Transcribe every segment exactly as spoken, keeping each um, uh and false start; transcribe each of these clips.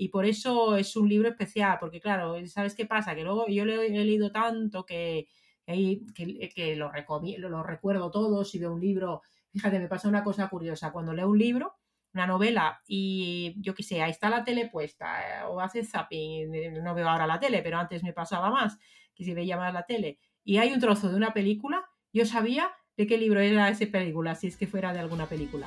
y por eso es un libro especial, porque claro, ¿sabes qué pasa? Que luego yo lo he, he leído tanto que, que, que, que lo, recomiendo, lo recuerdo todo. Si veo un libro, fíjate, me pasa una cosa curiosa, cuando leo un libro, una novela, y yo qué sé, ahí está la tele puesta, eh, o hace zapping, no veo ahora la tele, pero antes me pasaba más, que si veía más la tele, y hay un trozo de una película, yo sabía de qué libro era esa película, si es que fuera de alguna película.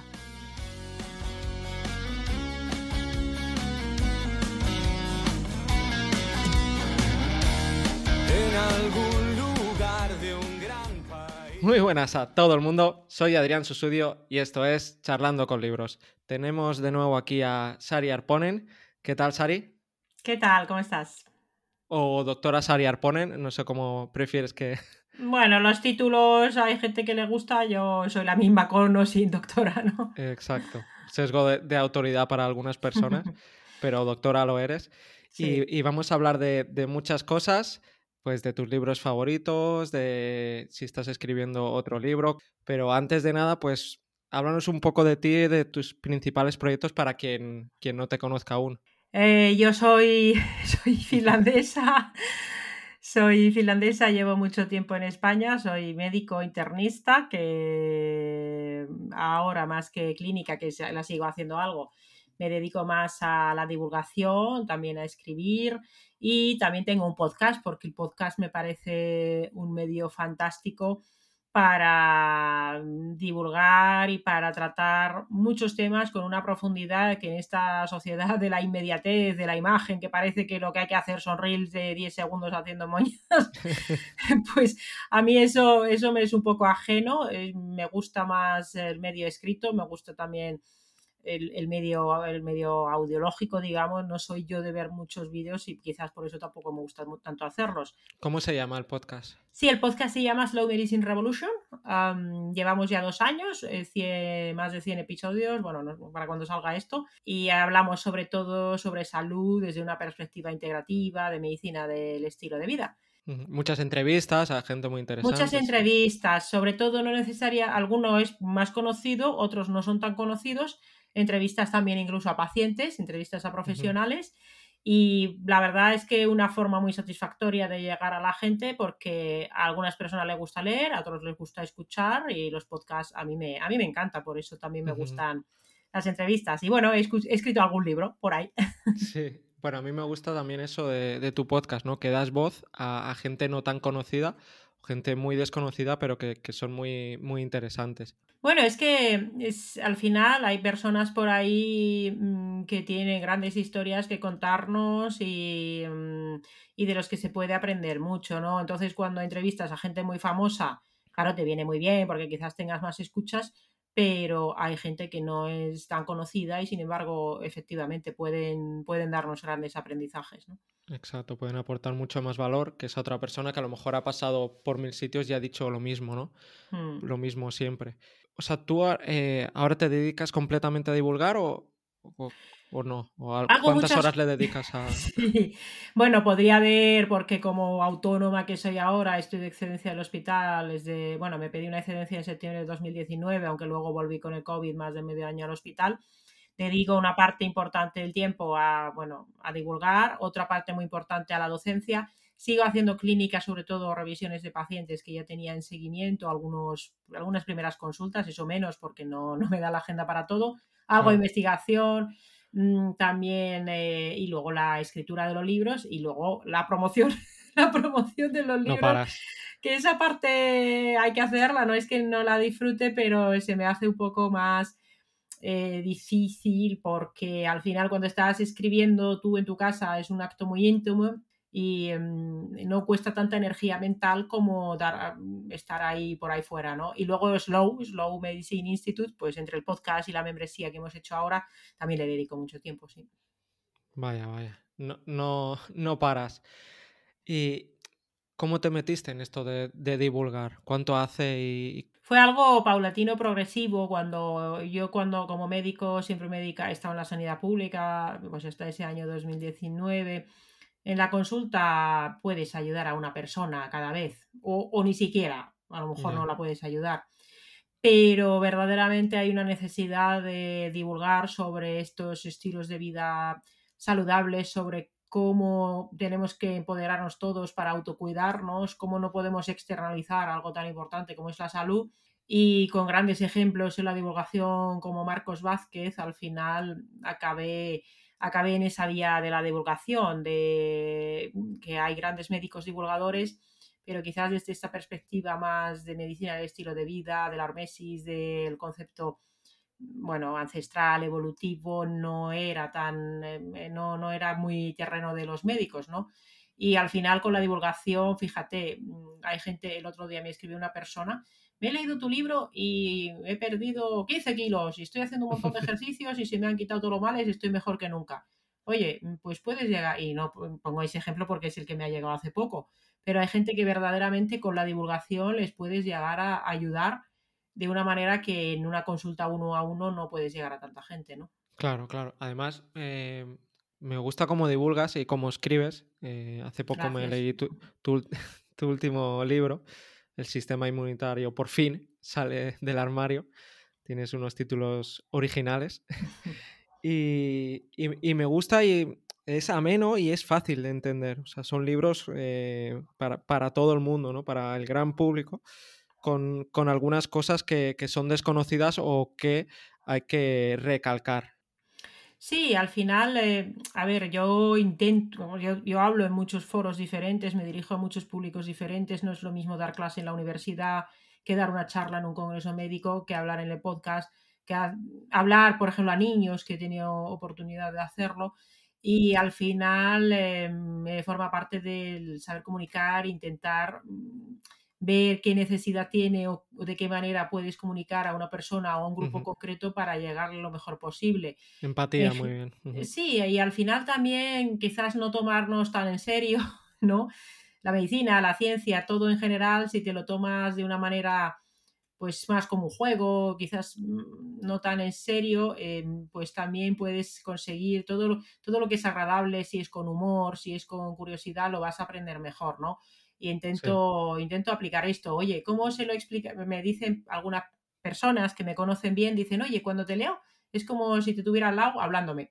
En algún lugar de un gran país. Muy buenas a todo el mundo, soy Adrián Susudio y esto es Charlando con Libros. Tenemos de nuevo aquí a Sari Arponen. ¿Qué tal, Sari? ¿Qué tal? ¿Cómo estás? O doctora Sari Arponen, no sé cómo prefieres que... Bueno, los títulos hay gente que le gusta, yo soy la misma con o sin doctora, ¿no? Exacto, sesgo de, de autoridad para algunas personas, pero doctora lo eres. Sí. Y, y vamos a hablar de, de muchas cosas, pues de tus libros favoritos, de si estás escribiendo otro libro, pero antes de nada, pues háblanos un poco de ti y de tus principales proyectos para quien, quien no te conozca aún. Eh, yo soy, soy finlandesa, soy finlandesa, llevo mucho tiempo en España, soy médico internista, que ahora más que clínica, que la sigo haciendo algo, me dedico más a la divulgación, también a escribir, y también tengo un podcast, porque el podcast me parece un medio fantástico para divulgar y para tratar muchos temas con una profundidad que en esta sociedad de la inmediatez, de la imagen, que parece que lo que hay que hacer son reels de diez segundos haciendo moñas, pues a mí eso, eso me es un poco ajeno. Eh, me gusta más el medio escrito, me gusta también el, el, medio, el medio audiológico, digamos. No soy yo de ver muchos vídeos y quizás por eso tampoco me gusta tanto hacerlos. ¿Cómo se llama el podcast? Sí, el podcast se llama Slow Medicine Revolution. Um, llevamos ya dos años, eh, cien, más de cien episodios, bueno, no, para cuando salga esto, y hablamos sobre todo sobre salud desde una perspectiva integrativa, de medicina del estilo de vida. Muchas entrevistas a gente muy interesante. Muchas entrevistas, sobre todo no necesaria, alguno es más conocido, otros no son tan conocidos, entrevistas también incluso a pacientes, entrevistas a profesionales. Uh-huh. Y la verdad es que una forma muy satisfactoria de llegar a la gente, porque a algunas personas les gusta leer, a otros les gusta escuchar, y los podcasts a mí me, a mí me encanta, por eso también me uh-huh. gustan las entrevistas. Y bueno, he, he escrito algún libro por ahí. Sí, bueno, a mí me gusta también eso de, de tu podcast, ¿no? Que das voz a, a gente no tan conocida, gente muy desconocida, pero que, que son muy, muy interesantes. Bueno, es que es, al final hay personas por ahí mmm, que tienen grandes historias que contarnos y, mmm, y de los que se puede aprender mucho, ¿no? Entonces, cuando entrevistas a gente muy famosa, claro, te viene muy bien porque quizás tengas más escuchas, pero hay gente que no es tan conocida y, sin embargo, efectivamente pueden, pueden darnos grandes aprendizajes, ¿no? Exacto, pueden aportar mucho más valor que esa otra persona que a lo mejor ha pasado por mil sitios y ha dicho lo mismo, ¿no? Hmm. Lo mismo siempre. O sea, ¿tú eh, ahora te dedicas completamente a divulgar o, o, o no? ¿O a, ¿Cuántas muchas... horas le dedicas a...? Sí. Bueno, podría haber, porque como autónoma que soy ahora, estoy de excedencia del hospital desde... Bueno, me pedí una excedencia en septiembre de dos mil diecinueve, aunque luego volví con el COVID más de medio año al hospital. Dedico una parte importante del tiempo a, bueno, a divulgar, otra parte muy importante a la docencia. Sigo haciendo clínicas, sobre todo revisiones de pacientes que ya tenía en seguimiento, algunos, algunas primeras consultas, eso menos porque no, no me da la agenda para todo. Algo de investigación, mmm, también, eh, y luego la escritura de los libros y luego la promoción, la promoción de los libros. No paras. Que esa parte hay que hacerla, no es que no la disfrute, pero se me hace un poco más... Eh, difícil, porque al final cuando estás escribiendo tú en tu casa es un acto muy íntimo y eh, no cuesta tanta energía mental como dar, estar ahí por ahí fuera, ¿no? Y luego Slow, Slow Medicine Institute, pues entre el podcast y la membresía que hemos hecho ahora, también le dedico mucho tiempo, sí. Vaya, vaya, no, no, no paras. ¿Y cómo te metiste en esto de, de divulgar? ¿Cuánto hace y...? Fue algo paulatino, progresivo. Cuando yo, cuando como médico, siempre me he estado en la sanidad pública, pues hasta ese año dos mil diecinueve. En la consulta puedes ayudar a una persona cada vez, o, o ni siquiera, a lo mejor yeah. no la puedes ayudar. Pero verdaderamente hay una necesidad de divulgar sobre estos estilos de vida saludables sobre cómo tenemos que empoderarnos todos para autocuidarnos, cómo no podemos externalizar algo tan importante como es la salud. Y con grandes ejemplos en la divulgación como Marcos Vázquez, al final acabé, acabé en esa vía de la divulgación, de que hay grandes médicos divulgadores, pero quizás desde esta perspectiva más de medicina del estilo de vida, de la hormesis, del concepto, bueno, ancestral, evolutivo, no era tan, eh, no, no era muy terreno de los médicos, ¿no? Y al final con la divulgación, fíjate, hay gente, el otro día me escribió una persona, me he leído tu libro y he perdido quince kilos y estoy haciendo un montón de ejercicios y se me han quitado todos los males y estoy mejor que nunca. Oye, pues puedes llegar, y no pongo ese ejemplo porque es el que me ha llegado hace poco, pero hay gente que verdaderamente con la divulgación les puedes llegar a ayudar de una manera que en una consulta uno a uno no puedes llegar a tanta gente, ¿no? Claro, claro. Además, eh, me gusta cómo divulgas y cómo escribes. Eh, hace poco me Gracias. leí tu, tu, tu último libro, El sistema inmunitario por fin sale del armario. Tienes unos títulos originales. y, y, y me gusta y es ameno y es fácil de entender. O sea, son libros eh, para, para todo el mundo, ¿no? Para el gran público, con, con algunas cosas que, que son desconocidas o que hay que recalcar. Sí, al final, eh, a ver, yo intento, yo, yo hablo en muchos foros diferentes, me dirijo a muchos públicos diferentes, no es lo mismo dar clase en la universidad que dar una charla en un congreso médico, que hablar en el podcast, que a- hablar, por ejemplo, a niños, que he tenido oportunidad de hacerlo, y al final eh, me forma parte del saber comunicar, intentar mm, ver qué necesidad tiene o, o de qué manera puedes comunicar a una persona o a un grupo Ujú. concreto para llegar lo mejor posible. Empatía, muy Eje bien. Ujú. Sí, y al final también quizás no tomarnos tan en serio, ¿no? La medicina, la ciencia, todo en general, si te lo tomas de una manera, pues, más como un juego, quizás, mm, no tan en serio, em, pues también puedes conseguir todo lo todo lo que es agradable, si es con humor, si es con curiosidad, lo vas a aprender mejor, ¿no? Y Sí. intento intento aplicar esto. Oye, ¿cómo se lo explica? Me dicen algunas personas que me conocen bien, dicen: "Oye, cuando te leo es como si te tuviera al lado hablándome".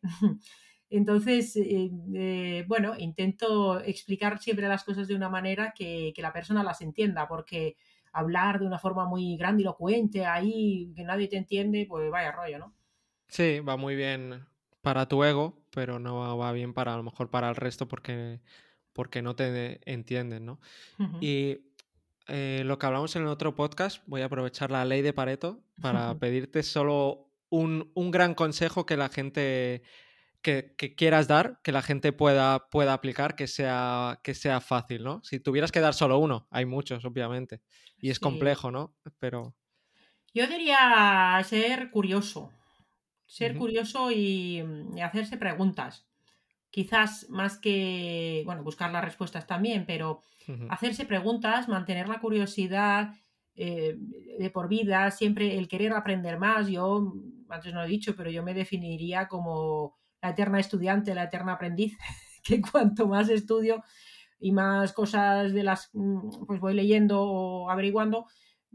Entonces, eh, eh, bueno, intento explicar siempre las cosas de una manera que, que la persona las entienda, porque hablar de una forma muy grandilocuente ahí, que nadie te entiende, pues vaya rollo, ¿no? Sí, va muy bien para tu ego, pero no va, va bien para a lo mejor para el resto porque, porque no te entienden, ¿no? Ujú. Y eh, lo que hablamos en el otro podcast, voy a aprovechar la ley de Pareto para pedirte solo un, un gran consejo que la gente que, que quieras dar, que la gente pueda, pueda aplicar, que sea, que sea fácil, ¿no? Si tuvieras que dar solo uno, hay muchos, obviamente, y es Sí. complejo, ¿no? Pero... Yo diría ser curioso, ser Ujú, curioso y, mm, y hacerse preguntas. Quizás más que, bueno, buscar las respuestas también, pero ujú. hacerse preguntas, mantener la curiosidad eh, de por vida, siempre el querer aprender más. Yo, mm, antes no lo he dicho, pero yo me definiría como la eterna estudiante, la eterna aprendiz, que cuanto más estudio y más cosas de las, mm, pues voy leyendo o averiguando,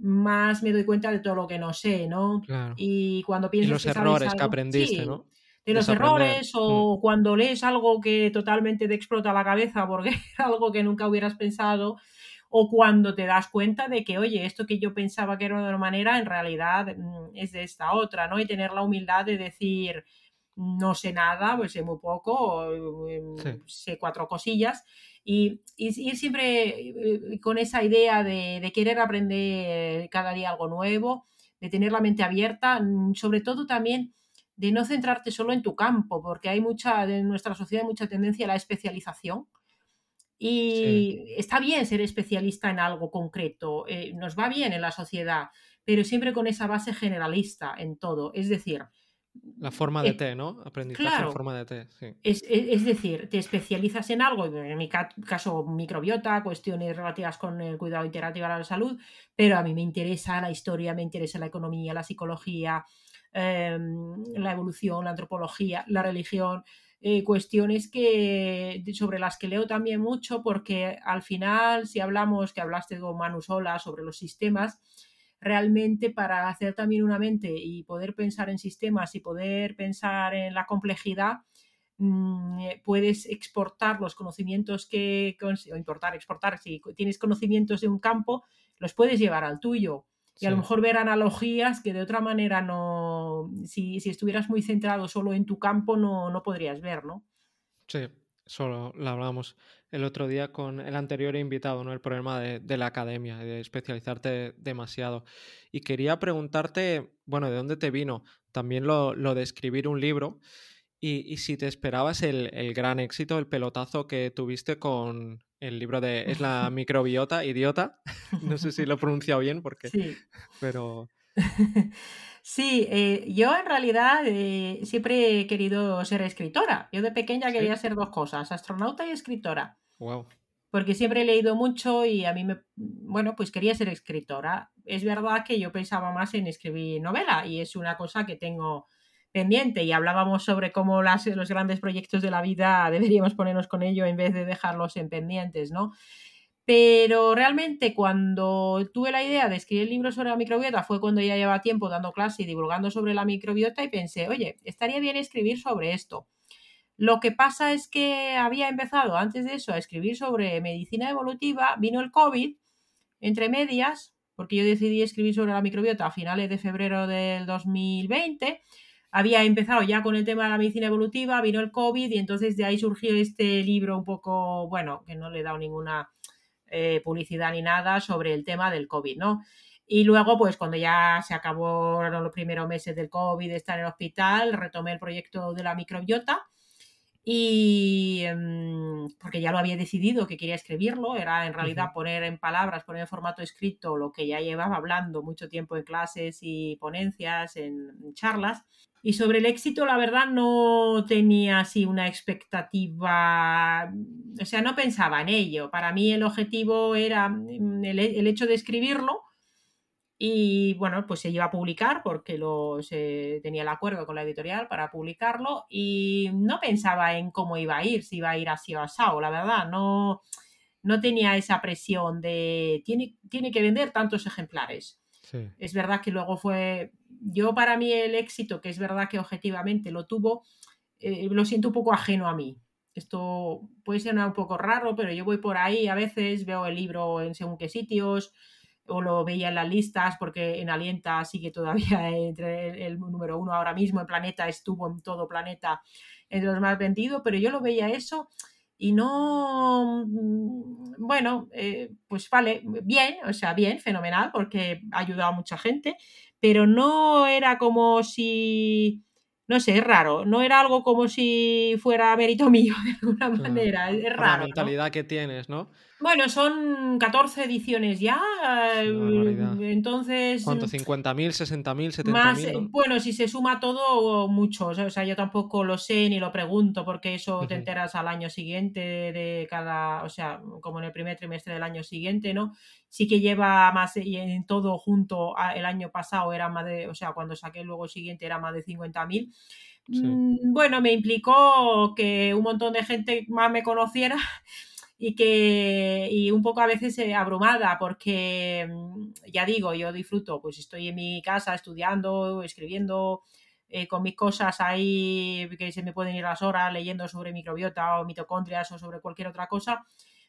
más me doy cuenta de todo lo que no sé, ¿no? Claro. Y cuando Y piensas los que sabes errores que algo, aprendiste, sí, ¿no? de los Desaprender. errores Mm, o cuando lees algo que totalmente te explota la cabeza porque es algo que nunca hubieras pensado, o cuando te das cuenta de que, oye, esto que yo pensaba que era de una manera, en realidad mm, es de esta otra, ¿no? Y tener la humildad de decir, no sé nada, pues sé muy poco, o, sí. em, sé cuatro cosillas, y, y ir siempre eh, con esa idea de, de querer aprender cada día algo nuevo, de tener la mente abierta, mm, sobre todo también de no centrarte solo en tu campo, porque hay mucha, en nuestra sociedad, mucha tendencia a la especialización. Sí. Y está bien ser especialista en algo concreto, eh, nos va bien en la sociedad, pero siempre con esa base generalista en todo. Es decir, La forma de eh, T, ¿no? Aprendizaje en claro, forma de T, sí. es, es, es, decir, te especializas en algo, en mi caso microbiota, cuestiones relativas con el cuidado integrativo a la salud, pero a mí me interesa la historia, me interesa la economía, la psicología, eh, la evolución, la antropología, la religión, eh, cuestiones que, sobre las que leo también mucho, porque al final, si hablamos, que hablaste con Manu Sola sobre los sistemas, realmente para hacer también una mente y poder pensar en sistemas y poder pensar en la complejidad, puedes exportar los conocimientos que, o importar, exportar, si tienes conocimientos de un campo, los puedes llevar al tuyo y sí. A lo mejor ver analogías que de otra manera no, si, si estuvieras muy centrado solo en tu campo no, no podrías ver, ¿no? Sí, solo lo hablamos el otro día con el anterior invitado, ¿no? El problema de, de la academia, de especializarte demasiado. Y quería preguntarte, bueno, ¿de dónde te vino también lo, lo de escribir un libro? Y, y si te esperabas el, el gran éxito, el pelotazo que tuviste con el libro de Es la microbiota, idiota. No sé si lo he pronunciado bien porque... Sí. Pero... Sí, eh, yo en realidad eh, siempre he querido ser escritora. Yo de pequeña ¿Sí? quería ser dos cosas, astronauta y escritora. Wow. Porque siempre he leído mucho y a mí me, bueno, pues quería ser escritora. Es verdad que yo pensaba más en escribir novela y es una cosa que tengo pendiente y hablábamos sobre cómo las, los grandes proyectos de la vida deberíamos ponernos con ello en vez de dejarlos en pendientes, ¿no? Pero realmente cuando tuve la idea de escribir el libro sobre la microbiota fue cuando ya llevaba tiempo dando clase y divulgando sobre la microbiota y pensé, oye, estaría bien escribir sobre esto. Lo que pasa es que había empezado antes de eso a escribir sobre medicina evolutiva, vino el COVID entre medias, porque yo decidí escribir sobre la microbiota a finales de febrero del dos mil veinte. Había empezado ya con el tema de la medicina evolutiva, vino el COVID y entonces de ahí surgió este libro un poco, bueno, que no le he dado ninguna eh, publicidad ni nada sobre el tema del COVID, ¿no? Y luego, pues cuando ya se acabó los primeros meses del COVID, de estar en el hospital, retomé el proyecto de la microbiota y um, porque ya lo había decidido que quería escribirlo, era en realidad uh-huh. poner en palabras, poner en formato escrito lo que ya llevaba hablando mucho tiempo en clases y ponencias, en charlas. Y sobre el éxito, la verdad, no tenía así una expectativa, o sea, no pensaba en ello. Para mí el objetivo era el, el hecho de escribirlo y, bueno, pues se iba a publicar porque lo, se, tenía el acuerdo con la editorial para publicarlo y no pensaba en cómo iba a ir, si iba a ir así o asado, la verdad, no, no tenía esa presión de tiene, tiene que vender tantos ejemplares. Sí. Es verdad que luego fue, yo para mí el éxito, que es verdad que objetivamente lo tuvo, eh, lo siento un poco ajeno a mí. Esto puede ser un poco raro, pero yo voy por ahí, a veces veo el libro en según qué sitios, o lo veía en las listas, porque en Alienta sigue todavía entre el, el número uno ahora mismo, en Planeta estuvo en todo Planeta entre los más vendidos, pero yo lo veía eso y no, bueno, eh, pues vale, bien, o sea, bien, fenomenal, porque ha ayudado a mucha gente, pero no era como si, no sé, es raro, no era algo como si fuera mérito mío de alguna claro. manera, es, es raro. La mentalidad ¿no? que tienes, ¿no? Bueno, son catorce ediciones ya, entonces... ¿Cuánto? ¿cincuenta mil, sesenta mil, setenta mil? ¿No? Bueno, si se suma todo, mucho. O sea, yo tampoco lo sé ni lo pregunto porque eso uh-huh. te enteras al año siguiente de cada... O sea, como en el primer trimestre del año siguiente, ¿no? Sí que lleva más, y en todo junto el año pasado era más de... O sea, cuando saqué luego el siguiente era más de cincuenta mil. Sí. Bueno, me implicó que un montón de gente más me conociera y que y un poco a veces eh, abrumada porque ya digo, yo disfruto, pues estoy en mi casa estudiando, escribiendo eh, con mis cosas ahí que se me pueden ir las horas leyendo sobre microbiota o mitocondrias o sobre cualquier otra cosa,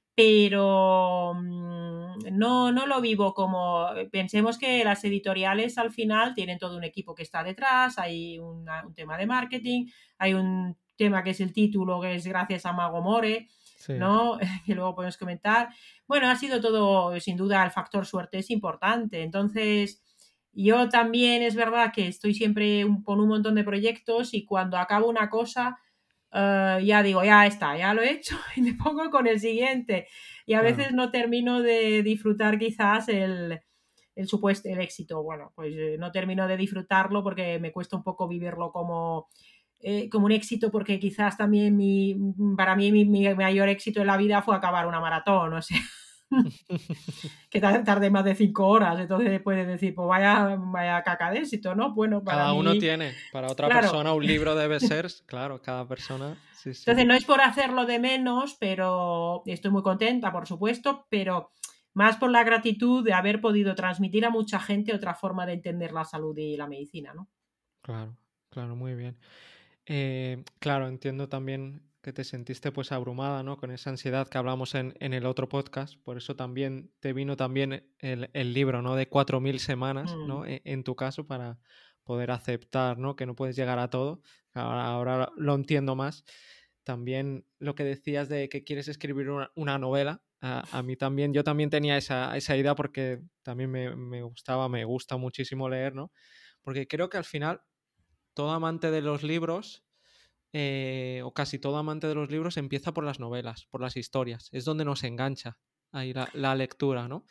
pero no, no lo vivo como, pensemos que las editoriales al final tienen todo un equipo que está detrás, hay una, un tema de marketing, hay un tema que es el título, que es gracias a Mago More, sí. ¿no? Que luego podemos comentar. Bueno, ha sido todo, sin duda, el factor suerte es importante. Entonces, yo también es verdad que estoy siempre un, con un montón de proyectos y cuando acabo una cosa, uh, ya digo, ya está, ya lo he hecho y me pongo con el siguiente. Y a claro. veces no termino de disfrutar quizás el, el supuesto, el éxito. Bueno, pues eh, no termino de disfrutarlo porque me cuesta un poco vivirlo como... Eh, como un éxito porque quizás también mi, para mí mi, mi mayor éxito en la vida fue acabar una maratón, o sea, que tardé más de cinco horas, entonces puedes decir, pues vaya, vaya caca de éxito, ¿no? Bueno, para cada mí, uno tiene, para otra claro. persona un libro debe ser, claro, cada persona. Sí, sí. Entonces no es por hacerlo de menos, pero estoy muy contenta, por supuesto, pero más por la gratitud de haber podido transmitir a mucha gente otra forma de entender la salud y la medicina, ¿no? Claro, claro, muy bien. Eh, claro, entiendo también que te sentiste pues abrumada, ¿no? Con esa ansiedad que hablamos en, en el otro podcast. Por eso también te vino también el, el libro, ¿no? De cuatro mil semanas, Mm. ¿no? En, en tu caso, para poder aceptar, ¿no? Que no puedes llegar a todo. Ahora, ahora lo entiendo más. También lo que decías de que quieres escribir una, una novela. A, a mí también, yo también tenía esa, esa idea porque también me, me gustaba, me gusta muchísimo leer, ¿no? Porque creo que al final todo amante de los libros, eh, o casi todo amante de los libros, empieza por las novelas, por las historias. Es donde nos engancha ahí la, la lectura, ¿no?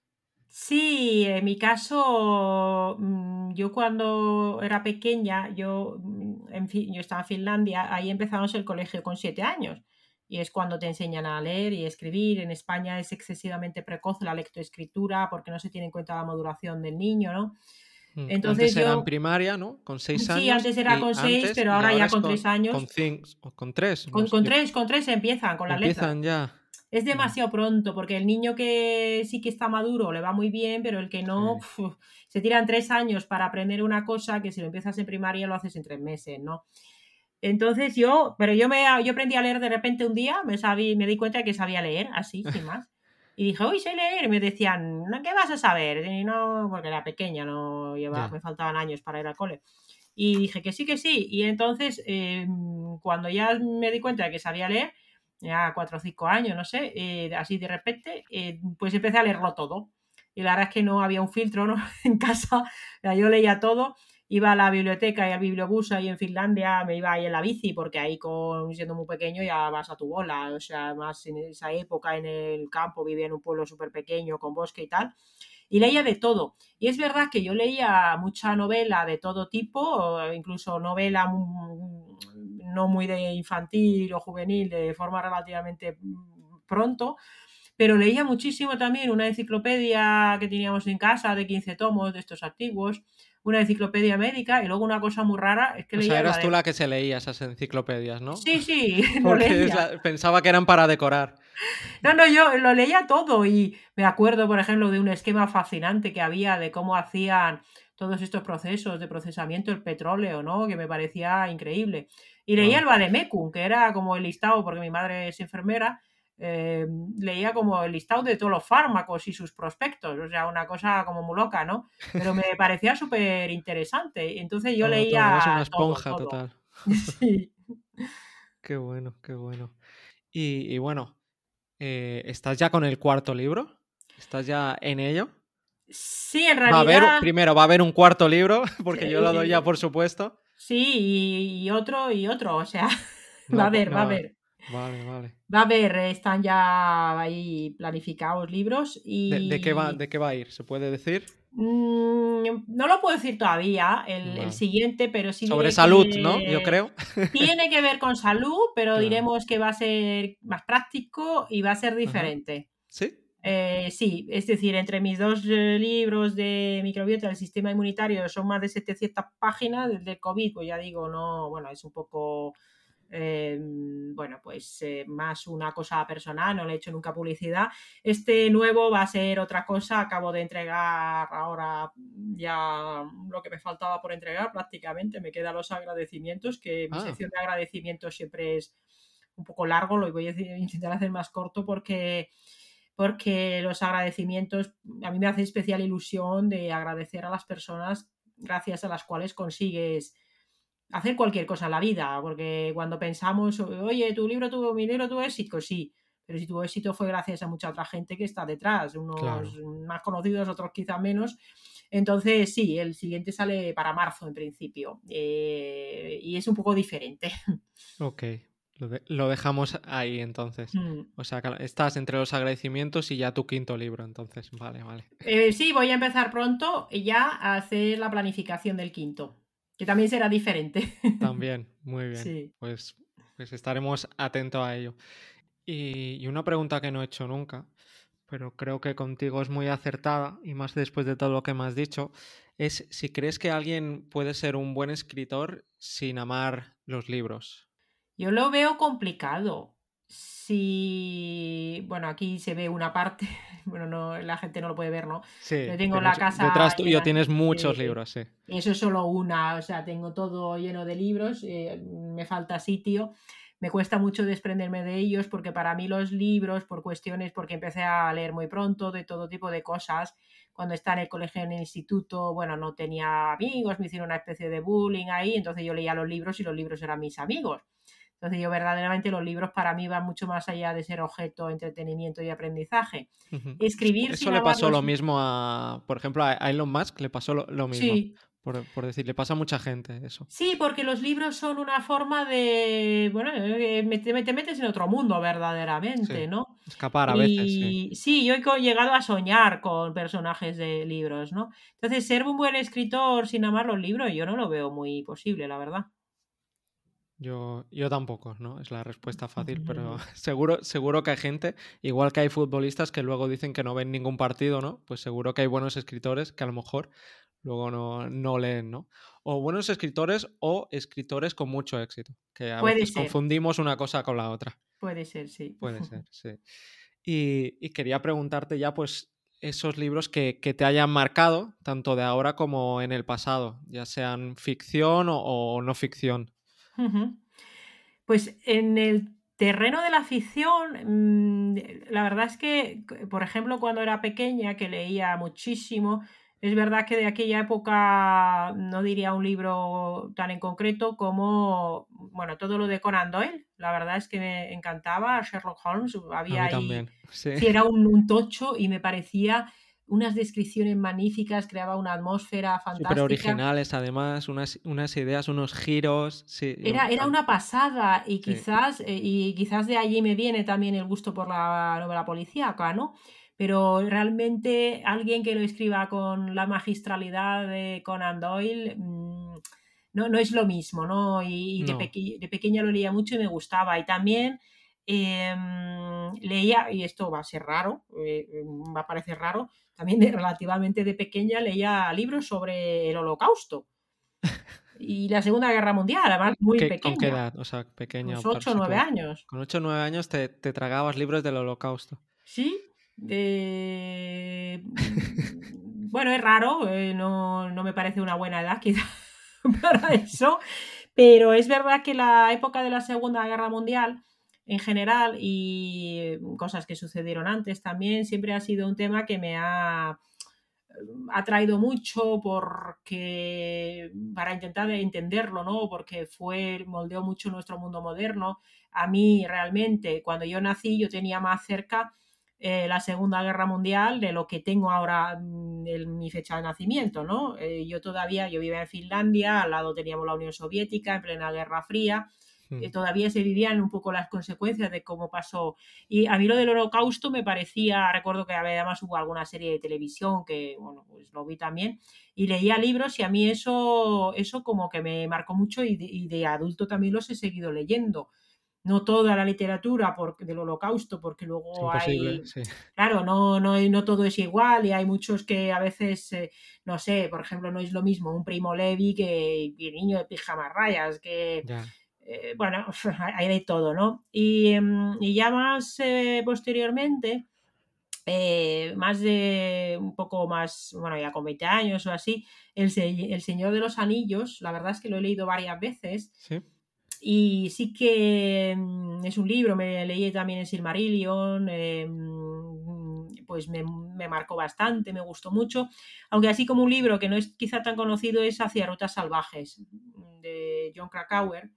Sí, en mi caso, mm, yo cuando era pequeña, yo, mm, en fin, yo estaba en Finlandia, ahí empezamos el colegio con siete años. Y es cuando te enseñan a leer y escribir. En España es excesivamente precoz la lectoescritura porque no se tiene en cuenta la maduración del niño, ¿no? Mm, Entonces Antes era en yo, primaria, ¿no? Con seis sí, años antes era y con seis, antes, pero y ahora ahora ya es con tres con, con años. cinco o con tres. No Con, sé, con yo- tres, con tres empiezan con las letras. empiezan ya. Es Mm, demasiado pronto, porque el niño que sí que está maduro le va muy bien, pero el que no, sí. uf, se tiran tres años para aprender una cosa que si lo empiezas en primaria lo haces en tres meses, ¿no? Entonces yo, pero yo me yo aprendí a leer de repente un día, me sabí, me di cuenta de que sabía leer, así, sin más. Y dije, uy, sé leer. Y me decían, "¿No, ¿qué vas a saber?" Y no, porque era pequeña, no lleva, Ya. me faltaban años para ir al cole. Y dije que sí, que sí. Y entonces, eh, cuando ya me di cuenta de que sabía leer, ya cuatro o cinco años, no sé, eh, así de repente, eh, pues empecé a leerlo todo. Y la verdad es que no había un filtro, ¿no? En casa, yo leía todo. Iba a la biblioteca y al bibliobús ahí en Finlandia, me iba ahí en la bici, porque ahí con, siendo muy pequeño ya vas a tu bola. O sea, más en esa época en el campo, vivía en un pueblo súper pequeño con bosque y tal. Y leía de todo. Y es verdad que yo leía mucha novela de todo tipo, incluso novela no muy de infantil o juvenil, de forma relativamente pronto, pero leía muchísimo también una enciclopedia que teníamos en casa de quince tomos de estos antiguos, una enciclopedia médica y luego una cosa muy rara es que O sea, leía el eras tú Vadem. la que se leía esas enciclopedias, ¿no? Sí, sí, lo Porque es leía. la- pensaba que eran para decorar. No, no, yo lo leía todo y me acuerdo, por ejemplo, de un esquema fascinante que había de cómo hacían todos estos procesos de procesamiento del petróleo, ¿no? Que me parecía increíble. Y leía el Wow. Vademecum, que era como el listado, porque mi madre es enfermera, eh, leía como el listado de todos los fármacos y sus prospectos, o sea, una cosa como muy loca, ¿no? Pero me parecía súper interesante. Entonces yo Todo, todo. Eras una leía todo, esponja todo. total. Sí. Qué bueno, qué bueno. Y, y bueno, eh, ¿estás ya con el cuarto libro? ¿Estás ya en ello? Sí, en Va a haber, realidad, primero, va a haber un cuarto libro, porque yo lo doy ya eh, por supuesto. sí, y, y otro y otro, o sea, va a No, po- haber, va a no, haber. vale, vale. Va a haber, eh, están ya ahí planificados libros ¿De, de qué va, y de qué va a ir? ¿Se puede decir? mm, no lo puedo decir todavía el, el Vale. siguiente, pero sí Sobre diré salud, ¿no? Yo que creo. tiene que ver con salud, pero Claro. diremos que va a ser más práctico y va a ser Ajá. diferente. ¿Sí? Eh, sí, es decir, entre mis dos eh, libros de microbiota del sistema inmunitario son más de setecientas páginas, el del COVID, pues ya digo, no, bueno, es un poco, eh, bueno, pues eh, más una cosa personal, no le he hecho nunca publicidad. Este nuevo va a ser otra cosa, acabo de entregar ahora ya lo que me faltaba por entregar prácticamente, me quedan los agradecimientos, que mi Ah, sección de agradecimientos siempre es un poco largo, lo voy a intentar hacer más corto porque porque los agradecimientos a mí me hace especial ilusión de agradecer a las personas gracias a las cuales consigues hacer cualquier cosa en la vida, porque cuando pensamos, oye, tu libro tuvo, mi libro tuvo éxito, sí, pero si tuvo éxito fue gracias a mucha otra gente que está detrás, unos claro. más conocidos, otros quizá menos. Entonces, sí, el siguiente sale para marzo en principio, eh, y es un poco diferente. Ok. Lo, de- lo dejamos ahí entonces. O sea, que estás entre los agradecimientos y ya tu quinto libro, entonces. Vale, vale. Eh, sí, voy a empezar pronto ya a hacer la planificación del quinto, que también será diferente. También, muy bien. Sí. Pues, pues estaremos atentos a ello. Y, y una pregunta que no he hecho nunca, pero creo que contigo es muy acertada, y más después de todo lo que me has dicho, es si crees que alguien puede ser un buen escritor sin amar los libros. Yo lo veo complicado. Sí, bueno, aquí se ve una parte, bueno, no, la gente no lo puede ver, ¿no? Sí, Pero tengo que la mucho- casa detrás tuyo llena tienes muchos de... libros, sí. Y eso es solo una, o sea, tengo todo lleno de libros, eh, me falta sitio, me cuesta mucho desprenderme de ellos porque para mí los libros, por cuestiones, porque empecé a leer muy pronto de todo tipo de cosas, cuando estaba en el colegio, en el instituto, bueno, no tenía amigos, me hicieron una especie de bullying ahí, entonces yo leía los libros y los libros eran mis amigos. Entonces yo verdaderamente los libros para mí van mucho más allá de ser objeto de entretenimiento y aprendizaje. Ujú. Escribir Eso sin le pasó lo amarlos... mismo a, por ejemplo, a a Elon Musk le pasó lo, lo mismo, Sí, por, por decir, le pasa a mucha gente eso. sí, porque los libros son una forma de, bueno, eh, me- te, te metes en otro mundo Sí, verdaderamente, ¿no? escapar a veces, sí. Y sí, yo he co- llegado a soñar con personajes de libros, ¿no? Entonces, ser un buen escritor sin amar los libros, yo no lo veo muy posible, la verdad. Yo, yo tampoco, ¿no? Es la respuesta fácil, pero seguro, seguro que hay gente, igual que hay futbolistas que luego dicen que no ven ningún partido, ¿no? Pues seguro que hay buenos escritores que a lo mejor luego no, no leen, ¿no? O buenos escritores o escritores con mucho éxito, que a Puede veces ser, confundimos una cosa con la otra. puede ser, sí. Puede ser, sí. Y, y quería preguntarte ya, pues, esos libros que, que te hayan marcado, tanto de ahora como en el pasado, ya sean ficción o, o no ficción. Ujú. Pues en el terreno de la ficción, mm, la verdad es que, c- por ejemplo, cuando era pequeña, que leía muchísimo, es verdad que de aquella época no diría un libro tan en concreto como, bueno, todo lo de Conan Doyle. La verdad es que me encantaba Sherlock Holmes. A Había mí ahí, también, sí. sí, era un, un tocho y me parecía unas descripciones magníficas, creaba una atmósfera Súper fantástica. originales, además, unas, unas ideas, unos giros. Sí, yo Era, era tam- una pasada y sí, quizás, eh, y quizás de allí me viene también el gusto por la novela policíaca, ¿no? Pero realmente alguien que lo escriba con la magistralidad de Conan Doyle, mm, no, no es lo mismo, ¿no? Y, y de, no. peque- de pequeña lo leía mucho y me gustaba. Y también em, leía, y esto va a ser raro, eh, va a parecer raro, también de- relativamente de pequeña leía libros sobre el Holocausto y la Segunda Guerra Mundial, además muy ¿Qué, con qué pequeña, edad? O sea, pequeña, pues para ocho o nueve situar. años. Con ocho o nueve años te, te tragabas libros del Holocausto. Sí, eh, mm, bueno, es raro, eh, no, no me parece una buena edad quizá para eso, pero es verdad que la época de la Segunda Guerra Mundial en general y cosas que sucedieron antes también siempre ha sido un tema que me ha ha traído mucho porque para intentar entenderlo, ¿no? Porque fue, moldeó mucho nuestro mundo moderno. A mí realmente, cuando yo nací, yo tenía más cerca eh, la Segunda Guerra Mundial de lo que tengo ahora mm, en mi fecha de nacimiento, ¿no? Eh, yo todavía, yo vivía en Finlandia, al lado teníamos la Unión Soviética en plena Guerra Fría, Mm. eh, todavía se vivían un poco las consecuencias de cómo pasó. Y a mí lo del Holocausto me parecía, recuerdo que además hubo alguna serie de televisión que, bueno, pues lo vi también, y leía libros y a mí eso, eso como que me marcó mucho y de, y de adulto también los he seguido leyendo. No toda la literatura por, del Holocausto, porque Es luego imposible, hay, sí. claro, no, no, no todo es igual y hay muchos que a veces, eh, no sé, por ejemplo, no es lo mismo un Primo Levi que, que el niño de pijama rayas, que, Ya. eh, bueno, hay de todo, ¿no? Y, em, y ya más eh, posteriormente, eh, más de un poco más, bueno, ya con veinte años o así, el, Se- el Señor de los Anillos, la verdad es que lo he leído varias veces Sí. y sí que mm, es un libro, me leí también el Silmarillion, eh, pues me, me, marcó bastante, me gustó mucho, aunque así como un libro que no es quizá tan conocido es Hacia Rutas Salvajes, de John Krakauer,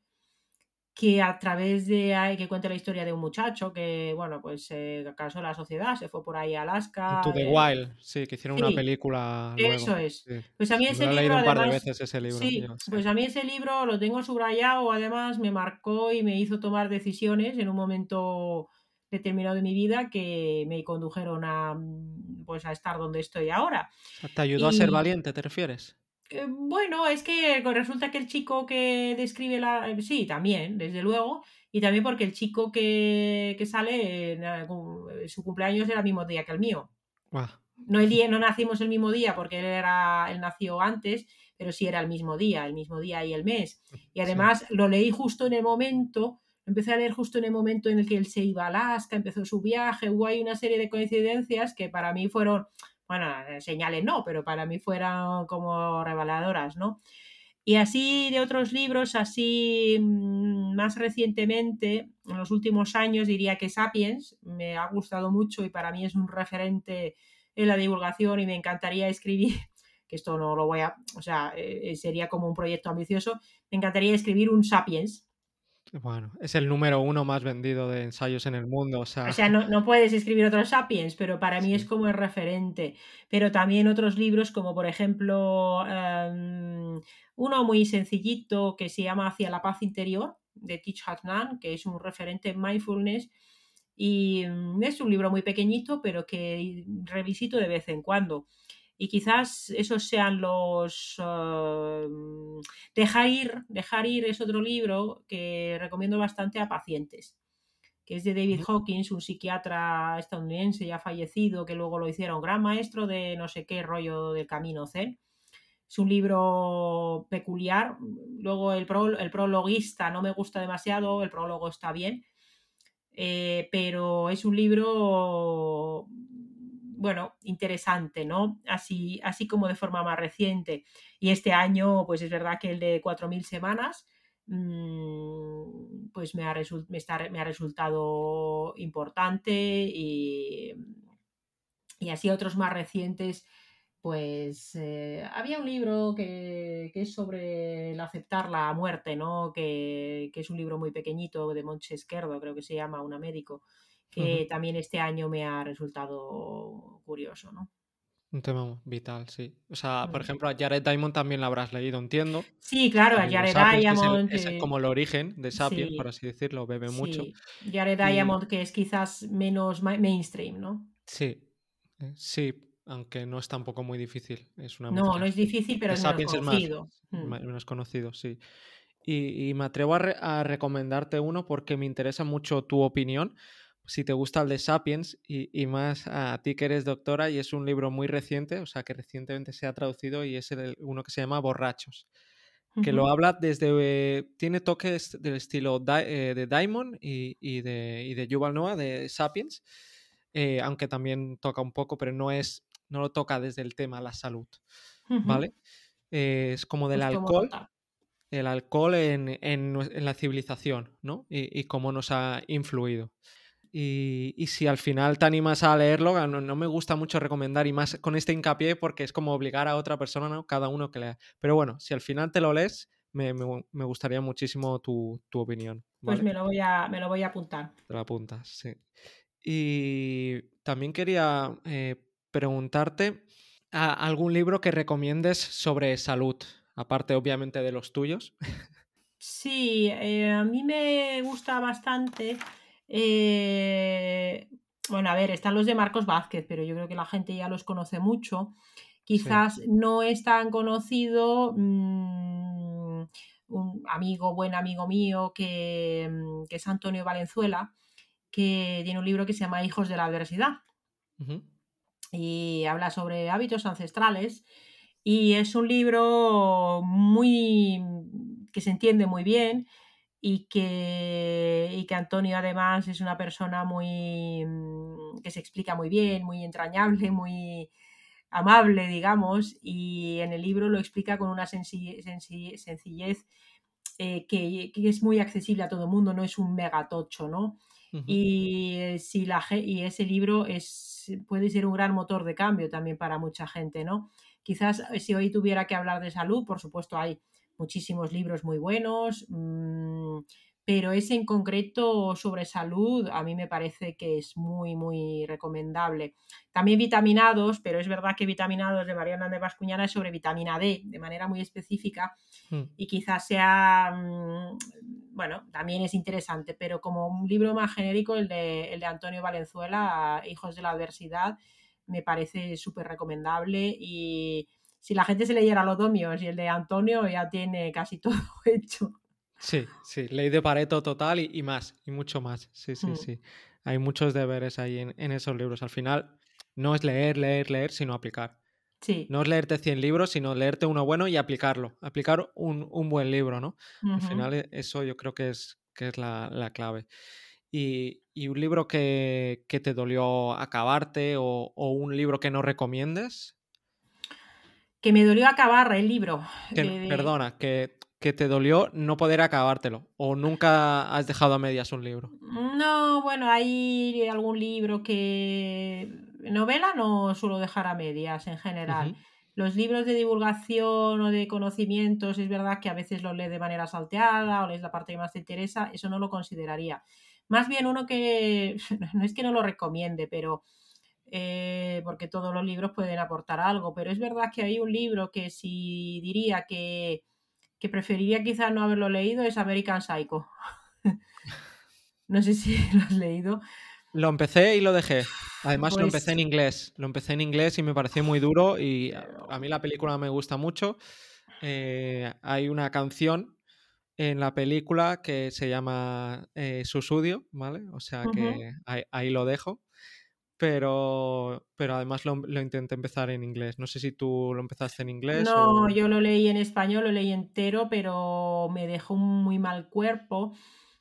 que a través de que cuenta la historia de un muchacho que, bueno, pues se eh, cansó la sociedad, se fue por ahí a Into Alaska. the Eh, Wild, sí, que hicieron una sí, película luego. eso es. Sí. Pues a mí Yo ese lo he libro, leído un par de además, veces ese libro, sí, yo sé. pues a mí ese libro lo tengo subrayado, además me marcó y me hizo tomar decisiones en un momento determinado de mi vida que me condujeron a, mm, pues a estar donde estoy ahora. O sea, ¿te ayudó a ser Y valiente, te refieres? eh, bueno, es que resulta que el chico que describe la... eh, Sí, también, desde luego. Y también porque el chico que, que sale, en algún- eh, su cumpleaños era el mismo día que el mío. Guau. No, el día, no nacimos el mismo día porque él, era, él nació antes, pero sí era el mismo día, el mismo día y el mes. Y Sí. además lo leí justo en el momento, empecé a leer justo en el momento en el que él se iba a Alaska, empezó su viaje, hubo ahí una serie de coincidencias que para mí fueron, bueno, señales no, pero para mí fueron como reveladoras, ¿no? Y así de otros libros, así más recientemente, en los últimos años, diría que Sapiens me ha gustado mucho y para mí es un referente en la divulgación y me encantaría escribir, que esto no lo voy a, o sea, eh, sería como un proyecto ambicioso, me encantaría escribir un Sapiens. Bueno, es el número uno más vendido de ensayos en el mundo, o sea... O sea, no, no puedes escribir otros Sapiens, pero para mí Sí. es como el referente. Pero también otros libros como, por ejemplo, um, uno muy sencillito que se llama Hacia la paz interior, de Thich Nhat Hanh, que es un referente en mindfulness. Y um, es un libro muy pequeñito, pero que revisito de vez en cuando. Y quizás esos sean los... Uh, Dejar ir, Dejar ir es otro libro que recomiendo bastante a pacientes, que es de David Hawkins, un psiquiatra estadounidense ya fallecido, que luego lo hicieron gran maestro de no sé qué rollo del camino zen. Es un libro peculiar. Luego el, pro, el prologuista no me gusta demasiado, el prólogo está bien, eh, pero es un libro, bueno, interesante, ¿no? Así, así como de forma más reciente. Y este año, pues es verdad que el de cuatro mil semanas, pues me ha, result- me, está, me ha resultado importante y, y así otros más recientes, pues eh, había un libro que, que es sobre el aceptar la muerte, ¿no? Que, que es un libro muy pequeñito de Montse Esquerdo, creo que se llama, una médico, que Uh-huh. también este año me ha resultado curioso, ¿no? Un tema vital, sí. O sea, por ejemplo, a Jared Diamond también la habrás leído, entiendo. Sí, claro, a El de Jared Sapiens, que es, el, Diamond, es el- eh, como el origen de Sapiens, por sí, así decirlo, bebe mucho. sí, Jared Y Diamond, que es quizás menos ma- mainstream, ¿no? sí, eh, sí, aunque no es tampoco muy difícil. Es una No, no mezcla. es difícil, pero De es menos Sapiens es más, conocido. Mm. ma- menos conocido, sí. Y, y me atrevo a, re- a recomendarte uno porque me interesa mucho tu opinión. Si te gusta el de Sapiens y, y más a ti que eres doctora, y es un libro muy reciente, o sea que recientemente se ha traducido y es el, uno que se llama Borrachos, que lo Ujú. habla desde... eh, tiene toques del estilo Di- eh, de Diamond y, y de, y de Yuval Noah, de Sapiens, eh, aunque también toca un poco, pero no, es, no lo toca desde el tema la salud, Ujú. ¿vale? Eh, es como del Pues tomo alcohol, nota. el alcohol en, en nue- en la civilización, ¿no? Y, y cómo nos ha influido. Y, y si al final te animas a leerlo, no, no me gusta mucho recomendar, y más con este hincapié porque es como obligar a otra persona, ¿no? Cada uno que lea. Pero bueno, si al final te lo lees, me, me- me gustaría muchísimo tu, tu opinión, Pues ¿vale? me lo voy a, me lo voy a apuntar. Te la apuntas, sí. Y también quería eh, preguntarte a- algún libro que recomiendes sobre salud, aparte obviamente de los tuyos. Sí, eh, a mí me gusta bastante. eh, bueno, a ver, están los de Marcos Vázquez, pero yo creo que la gente ya los conoce mucho. Sí. Quizás no es tan conocido. mm, un amigo, buen amigo mío, que, mm, que es Antonio Valenzuela, que tiene un libro que se llama Hijos de la Adversidad Ujú. y habla sobre hábitos ancestrales. Y es un libro muy que se entiende muy bien y que, y que Antonio además es una persona muy mm, que se explica muy bien, muy entrañable, muy amable, digamos, y en el libro lo explica con una sencillez, sencillez eh, que, que, es muy accesible a todo el mundo, no es un megatocho, ¿no? Ujú. Y, eh, si la, y ese libro es, puede ser un gran motor de cambio también para mucha gente, ¿no? Quizás si hoy tuviera que hablar de salud, por supuesto hay muchísimos libros muy buenos, mmm, pero ese en concreto sobre salud a mí me parece que es muy, muy recomendable. También Vitaminados, pero es verdad que Vitaminados de María Hernández Bascuñana es sobre vitamina D, de manera muy específica, Mm. y quizás sea, bueno, también es interesante, pero como un libro más genérico, el de, el de Antonio Valenzuela, Hijos de la Adversidad, me parece súper recomendable. Y si la gente se leyera los dos míos y el de Antonio, ya tiene casi todo hecho. Sí, sí, ley de Pareto total y, y más, y mucho más. Sí, sí, Hmm. sí. Hay muchos deberes ahí en, en esos libros. Al final, no es leer, leer, leer, sino aplicar. Sí. No es leerte cien libros, sino leerte uno bueno y aplicarlo. Aplicar un, un buen libro, ¿no? Al Uh-huh. final, eso yo creo que es que es la, la clave. Y, y un libro que, que te dolió acabarte o, o un libro que no recomiendes. Que me dolió acabar el libro. Que, De, de... Perdona, que, que te dolió no poder acabártelo o nunca has dejado a medias un libro. No, bueno, hay algún libro que... Novela no suelo dejar a medias en general. Uh-huh. Los libros de divulgación o de conocimientos, es verdad que a veces los lees de manera salteada o lees la parte que más te interesa, eso no lo consideraría. Más bien uno que, no es que no lo recomiende, pero eh, porque todos los libros pueden aportar algo, pero es verdad que hay un libro que si diría que, que preferiría quizás no haberlo leído es American Psycho. No sé si lo has leído. Lo empecé y lo dejé. Además pues... lo empecé en inglés. Lo empecé en inglés y me pareció muy duro y a, a mí la película me gusta mucho. Eh, hay una canción en la película que se llama eh, Susudio, ¿vale? O sea que uh-huh. ahí, ahí lo dejo. Pero, pero además lo, lo intenté empezar en inglés. No sé si tú lo empezaste en inglés No, o... yo lo leí en español, lo leí entero, pero me dejó un muy mal cuerpo.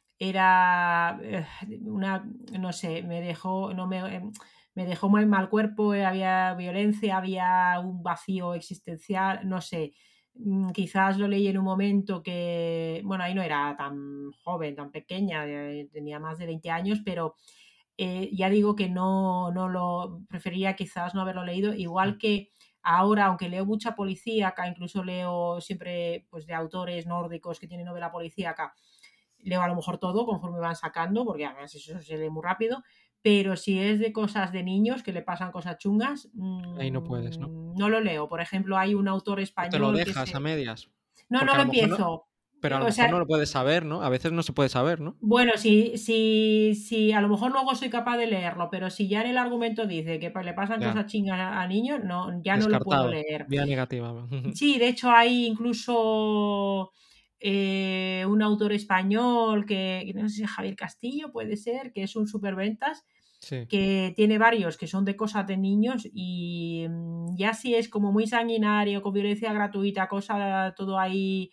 Era eh, una, no sé, me dejó, no me, eh, me dejó muy mal cuerpo, eh, había violencia, había un vacío existencial, no sé. Mm, Quizás lo leí en un momento que, bueno, ahí no era tan joven, tan pequeña, eh, tenía más de veinte años, pero eh, ya digo que no, no lo preferiría quizás no haberlo leído, igual que ahora, aunque leo mucha policíaca, incluso leo siempre pues, de autores nórdicos que tienen novela policíaca, leo a lo mejor todo conforme van sacando, porque además eso se lee muy rápido, pero si es de cosas de niños que le pasan cosas chungas, ahí no puedes, ¿no? mmm, no lo leo. Por ejemplo, hay un autor O te lo español que dejas a se... medias. No, no Porque a lo lo mejor no... empiezo. Pero a lo O mejor sea, no lo puedes saber, ¿no? A veces no se puede saber, ¿no? bueno, si, si, si a lo mejor luego soy capaz de leerlo, pero si ya en el argumento dice que le pasan Ya. cosas chingas a, a niños, no, ya no lo puedo Descartado. leer. Vía negativa. Sí, de hecho hay incluso eh, un autor español que, que no sé si es Javier Castillo, puede ser, que es un superventas, Sí. que tiene varios que son de cosas de niños y mm, ya si es como muy sanguinario, con violencia gratuita, cosa todo ahí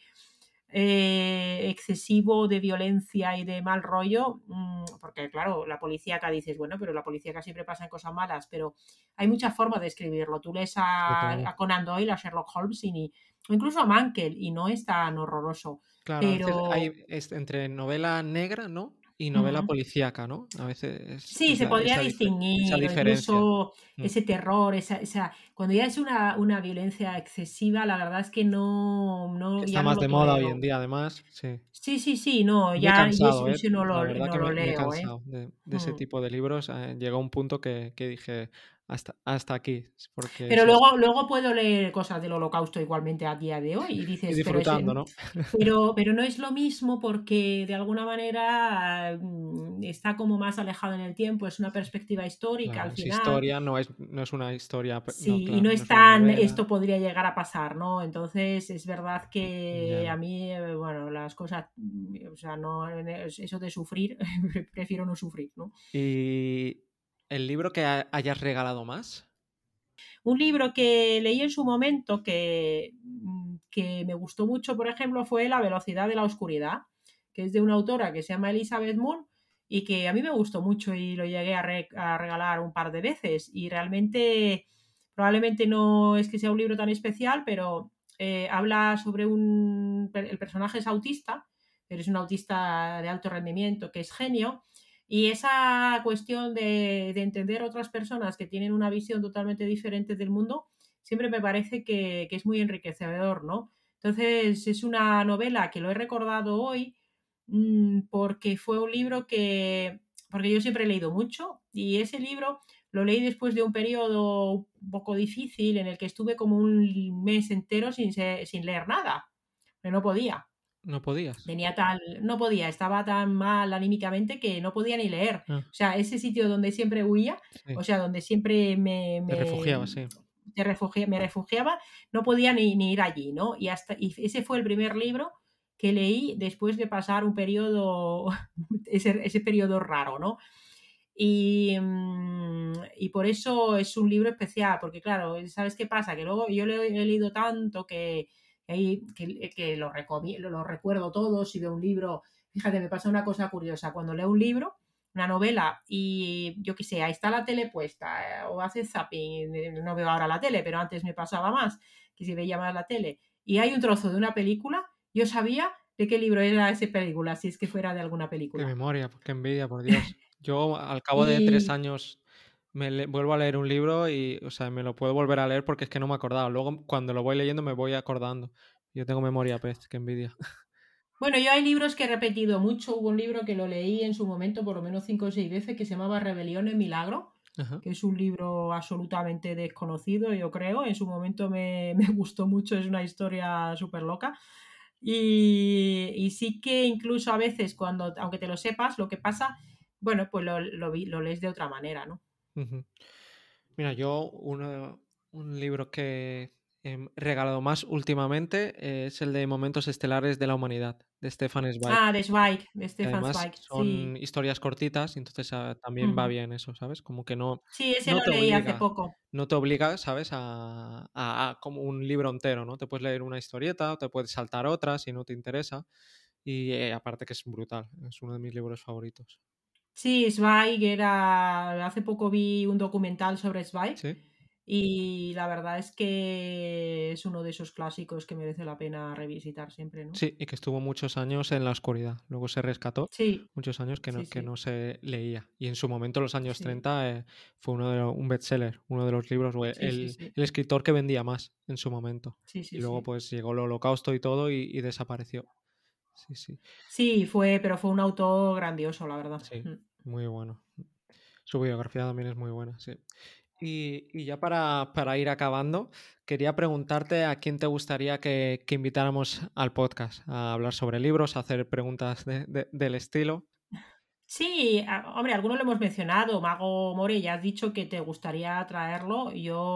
eh, excesivo de violencia y de mal rollo, mmm, porque claro, la policíaca dices, bueno, pero la policíaca siempre pasan cosas malas, pero hay muchas formas de escribirlo. Tú lees Sí, a, claro. a Conan Doyle, a Sherlock Holmes y, o incluso a Mankell y no es tan horroroso. Claro, a veces hay Pero es entre novela negra, ¿no? Y novela uh-huh. policíaca, ¿no? A veces es, Sí, es se la, podría esa, dife- esa distinguir, o diferencia. incluso Mm. ese terror, esa, esa, cuando ya es una, una violencia excesiva, la verdad es que no, Que no, está ya no más lo de moda hoy en tolero. día, además. Sí. Sí, sí, sí, no, Me he ya, y eso, cansado, ¿eh? eso no La lo, verdad no que lo me, me he leo, ¿eh? cansado de, de ese Hmm. tipo de libros. Eh, llegó un punto que, que dije hasta, hasta aquí, porque Pero es eso. luego, luego puedo leer cosas del Holocausto igualmente a día de hoy y Y dices, pero, ese, disfrutando, ¿no? pero, pero no es lo mismo porque de alguna manera mm, está como más alejado en el tiempo, es una perspectiva histórica al Claro, es final. historia, no es, no es una historia, pe- no, Sí, y no claro, no es es una tan, novela. esto podría llegar a pasar, ¿no? Entonces es verdad que Ya. a mí, eh, bueno, las cosas, mm, o sea, no, eso de sufrir, prefiero no sufrir, ¿no? ¿Y el libro que ha- hayas regalado más? Un libro que leí en su momento que, mm, que me gustó mucho, por ejemplo, fue La velocidad de la oscuridad, que es de una autora que se llama Elizabeth Moon y que a mí me gustó mucho y lo llegué a, re- a regalar un par de veces y realmente probablemente no es que sea un libro tan especial, pero eh, habla sobre un... El personaje es autista, pero es un autista de alto rendimiento que es genio y esa cuestión de, de entender otras personas que tienen una visión totalmente diferente del mundo, siempre me parece que, que es muy enriquecedor, ¿no? Entonces, es una novela que lo he recordado hoy mmm, porque fue un libro que, porque yo siempre he leído mucho y ese libro lo leí después de un periodo un poco difícil en el que estuve como un mes entero sin, se, sin leer nada, pero no podía. ¿No podías? Tenía tal, no podía, estaba tan mal anímicamente que no podía ni leer. Ah, O sea, ese sitio donde siempre huía, sí. o sea, donde siempre me, Te me, refugiabas, sí. te refugia, me refugiaba, no podía ni, ni ir allí, ¿no? Y, hasta, y ese fue el primer libro que leí después de pasar un periodo, ese, ese periodo raro, ¿no? Y, mm, y por eso es un libro especial, porque claro, ¿sabes qué pasa? Que luego yo lo he, he leído tanto que, que, que, que lo, recomiendo, lo recuerdo todo, si veo un libro, Fíjate, me pasa una cosa curiosa. Cuando leo un libro, una novela, y yo qué sé, ahí está la tele puesta, eh, o hace zapping, eh, no veo ahora la tele, pero antes me pasaba más, que si veía más la tele, y hay un trozo de una película, yo sabía de qué libro era esa película, si es que fuera de alguna Qué película. memoria, qué envidia, por Dios. Yo al cabo de tres Y años me le- vuelvo a leer un libro y, o sea, me lo puedo volver a leer porque es que no me acordaba. Luego, cuando lo voy leyendo, me voy acordando. Yo tengo memoria pez, qué envidia. bueno, yo hay libros que he repetido mucho. Hubo un libro que lo leí en su momento por lo menos cinco o seis veces que se llamaba Rebelión en Milagro, Ajá. que es un libro absolutamente desconocido, yo creo. En su momento me, me gustó mucho, es una historia súper loca. Y, y sí que incluso a veces, cuando, aunque te lo sepas, lo que pasa, bueno, pues lo, lo, vi- lo lees de otra manera, ¿no? Ujú. Mira, yo uno- un libro que he regalado más últimamente es el de Momentos Estelares de la Humanidad, de Stefan Zweig. Ah, de Zweig, de Que Stefan además Zweig, son sí. historias cortitas y entonces ah, también va Ujú. bien eso, ¿sabes? Como que no, Sí, ese no lo te leí hace obliga, poco. no te obliga, ¿sabes? A, a- a como un libro entero, ¿no? Te puedes leer una historieta o te puedes saltar otra si no te interesa. Y eh, aparte que es brutal, es uno de mis libros favoritos. Sí, Zweig era. Hace poco vi un documental sobre Zweig ¿Sí? y la verdad es que es uno de esos clásicos que merece la pena revisitar siempre, ¿no? Sí, y que estuvo muchos años en la oscuridad. Luego se rescató, Sí, muchos años que sí, no, que sí, no se leía. Y en su momento, en los años sí, treinta, eh, fue uno de lo- un bestseller, uno de los libros, o el, sí, sí, el- sí, el escritor que vendía más en su momento. sí, Y sí, luego sí. pues llegó el holocausto y todo y, y desapareció. Sí, sí, Sí, fue, pero fue un autor grandioso, la verdad. sí, Mm. muy bueno. Su biografía también es muy buena, sí. Y, y ya para, para ir acabando, quería preguntarte a quién te gustaría que, que invitáramos al podcast, a hablar sobre libros, a hacer preguntas de- de- del estilo. Sí, a- hombre, algunos lo hemos mencionado. Mago More, ya has dicho que te gustaría traerlo.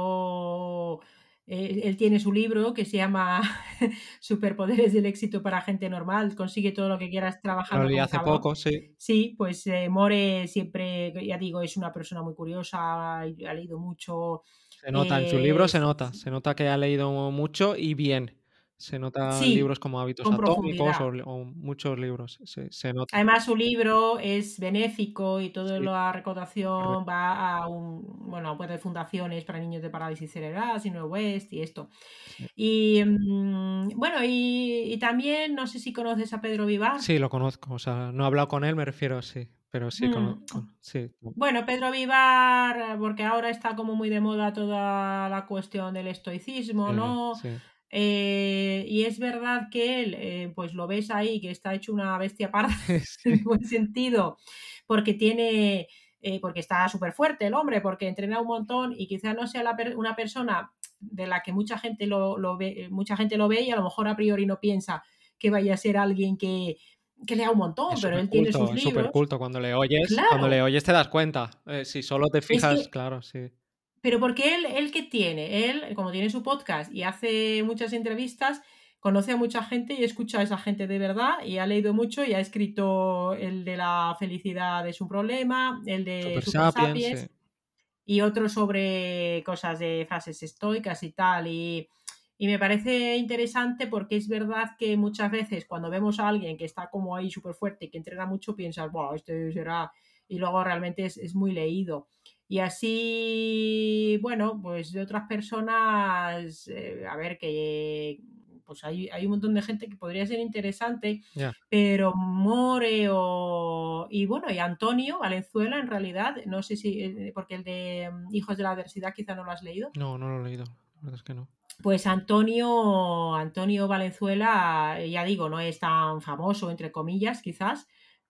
Yo, eh, él tiene su libro que se llama Superpoderes del éxito para gente normal. Consigue todo lo que quieras Lo trabajando leí como un hace cabrón. poco, sí. Sí, pues eh, More siempre, ya digo, es una persona muy curiosa, y ha leído mucho. Se nota, en su libro eh, se nota, se nota que ha leído mucho y bien. Se notan sí, libros como Hábitos con Atómicos o, profundidad. o muchos libros, se, se nota. Además, su libro es benéfico y toda Sí, la recaudación correcto. va a un, bueno, pues de fundaciones para niños de parálisis cerebral, Sino West y esto. Sí. Y mm, bueno, y, y también no sé si conoces a Pedro Vivar. Sí, lo conozco, o sea, no he hablado con él, me refiero, sí, pero sí Mm, conozco, sí. Bueno, Pedro Vivar, eh, porque ahora está como muy de moda toda la cuestión del estoicismo, Sí, ¿no? sí. Eh, y es verdad que él, eh, pues lo ves ahí, que está hecho una bestia parda, en Sí, buen sentido, porque tiene, eh, porque está súper fuerte el hombre, porque entrena un montón y quizás no sea la per- una persona de la que mucha gente lo, lo ve, mucha gente lo ve y a lo mejor a priori no piensa que vaya a ser alguien que, que lea un montón, es pero súper él tiene culto, sus es súper libros. culto. Cuando le oyes, cuando le Claro, oyes te das cuenta. Eh, si solo te es fijas, que claro, sí. pero porque él, él ¿qué tiene? Él, como tiene su podcast y hace muchas entrevistas, conoce a mucha gente y escucha a esa gente de verdad y ha leído mucho y ha escrito el de la felicidad es un problema, el de Super Super Sapiens, sí. Sapiens y otro sobre cosas de frases estoicas y tal. Y, y me parece interesante porque es verdad que muchas veces cuando vemos a alguien que está como ahí súper fuerte y que entrena mucho, piensas, wow, este será... Y luego realmente es, es muy leído. Y así, bueno, pues de otras personas, eh, a ver, que pues hay, hay un montón de gente que podría ser interesante, Ya. pero More o... Y bueno, y Antonio Valenzuela, en realidad, no sé si, eh, porque el de mm, Hijos de la Adversidad quizá no lo has leído. No, no lo he leído. La verdad es que no. Pues Antonio, Antonio Valenzuela, eh, ya digo, no es tan famoso, entre comillas, quizás,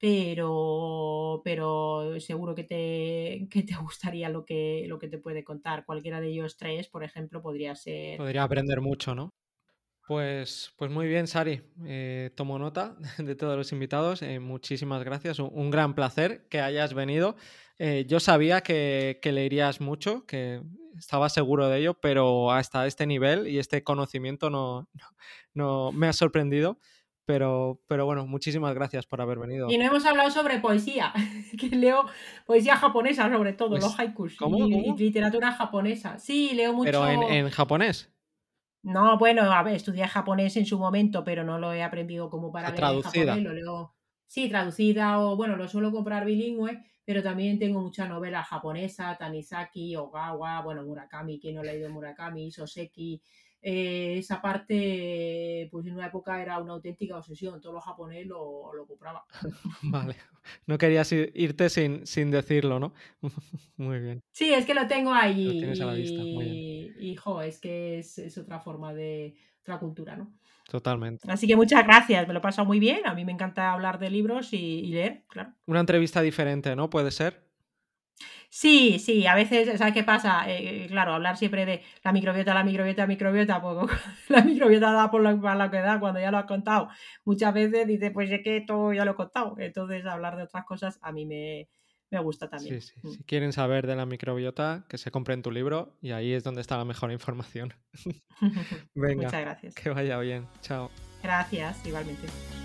pero, pero seguro que te, que te gustaría lo que, lo que te puede contar. Cualquiera de ellos tres, por ejemplo, podría ser. Podría aprender mucho, ¿no? Pues, pues muy bien, Sari. Eh, tomo nota de todos los invitados. Eh, muchísimas gracias. Un, un gran placer que hayas venido. Eh, yo sabía que, que leerías mucho, que estaba seguro de ello, pero hasta este nivel y este conocimiento no, no, no me ha sorprendido. Pero, pero bueno, muchísimas gracias por haber venido. Y no hemos hablado sobre poesía, que leo poesía japonesa sobre todo, los Pues, haikus ¿cómo? y, y ¿Cómo? literatura japonesa. Sí, leo Pero en, mucho. en japonés. No, bueno, a ver, estudié japonés en su momento, pero no lo he aprendido como O sea, para leer en traducida. japonés, lo leo. Sí, traducida o, bueno, lo suelo comprar bilingüe, pero también tengo mucha novela japonesa, Tanizaki, Ogawa, bueno, Murakami, ¿quién no ha leído Murakami? Soseki. Eh, esa parte, pues en una época era una auténtica obsesión, todo lo japonés lo, lo compraba. Vale, no querías irte sin, sin decirlo, ¿no? Muy bien. Sí, es que lo tengo ahí Lo tienes a la vista, muy bien. y, y jo, es que es, es otra forma de, otra cultura, ¿no? Totalmente. Así que muchas gracias, me lo he pasado muy bien. A mí me encanta hablar de libros y, y leer, claro. Una entrevista diferente, ¿no? ¿Puede ser? Sí, sí, a veces, ¿sabes qué pasa? Eh, claro, hablar siempre de la microbiota, la microbiota, la microbiota, pues la microbiota da por lo, por lo que da, cuando ya lo has contado. Muchas veces dices, pues es que todo ya lo he contado. Entonces, hablar de otras cosas a mí me, me gusta también. Sí, sí. Mm. Si quieren saber de la microbiota, que se compren tu libro y ahí es donde está la mejor información. Venga, muchas gracias. que vaya bien. Chao. Gracias, igualmente.